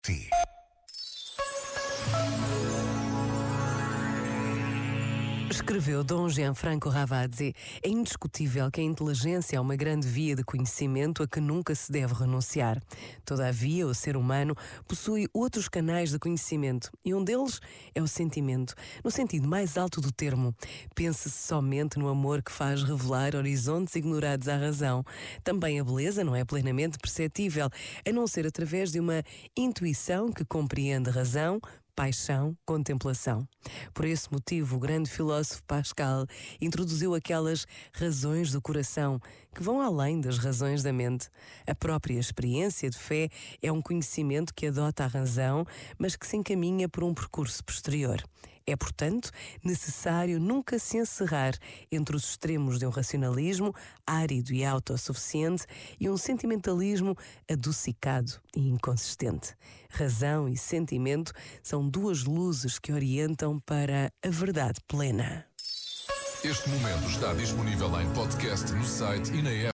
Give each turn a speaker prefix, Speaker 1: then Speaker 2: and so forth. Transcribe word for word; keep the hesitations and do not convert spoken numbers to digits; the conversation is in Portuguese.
Speaker 1: T.
Speaker 2: Escreveu Dom Gianfranco Ravazzi: é indiscutível que a inteligência é uma grande via de conhecimento a que nunca se deve renunciar. Todavia, o ser humano possui outros canais de conhecimento e um deles é o sentimento, no sentido mais alto do termo. Pense-se somente no amor que faz revelar horizontes ignorados à razão. Também a beleza não é plenamente perceptível, a não ser através de uma intuição que compreende razão, paixão, contemplação. Por esse motivo, o grande filósofo Pascal introduziu aquelas razões do coração que vão além das razões da mente. A própria experiência de fé é um conhecimento que adota a razão, mas que se encaminha por um percurso posterior. É, portanto, necessário nunca se encerrar entre os extremos de um racionalismo árido e autossuficiente e um sentimentalismo adocicado e inconsistente. Razão e sentimento são duas luzes que orientam para a verdade plena.
Speaker 3: Este momento está disponível em podcast no site e na app.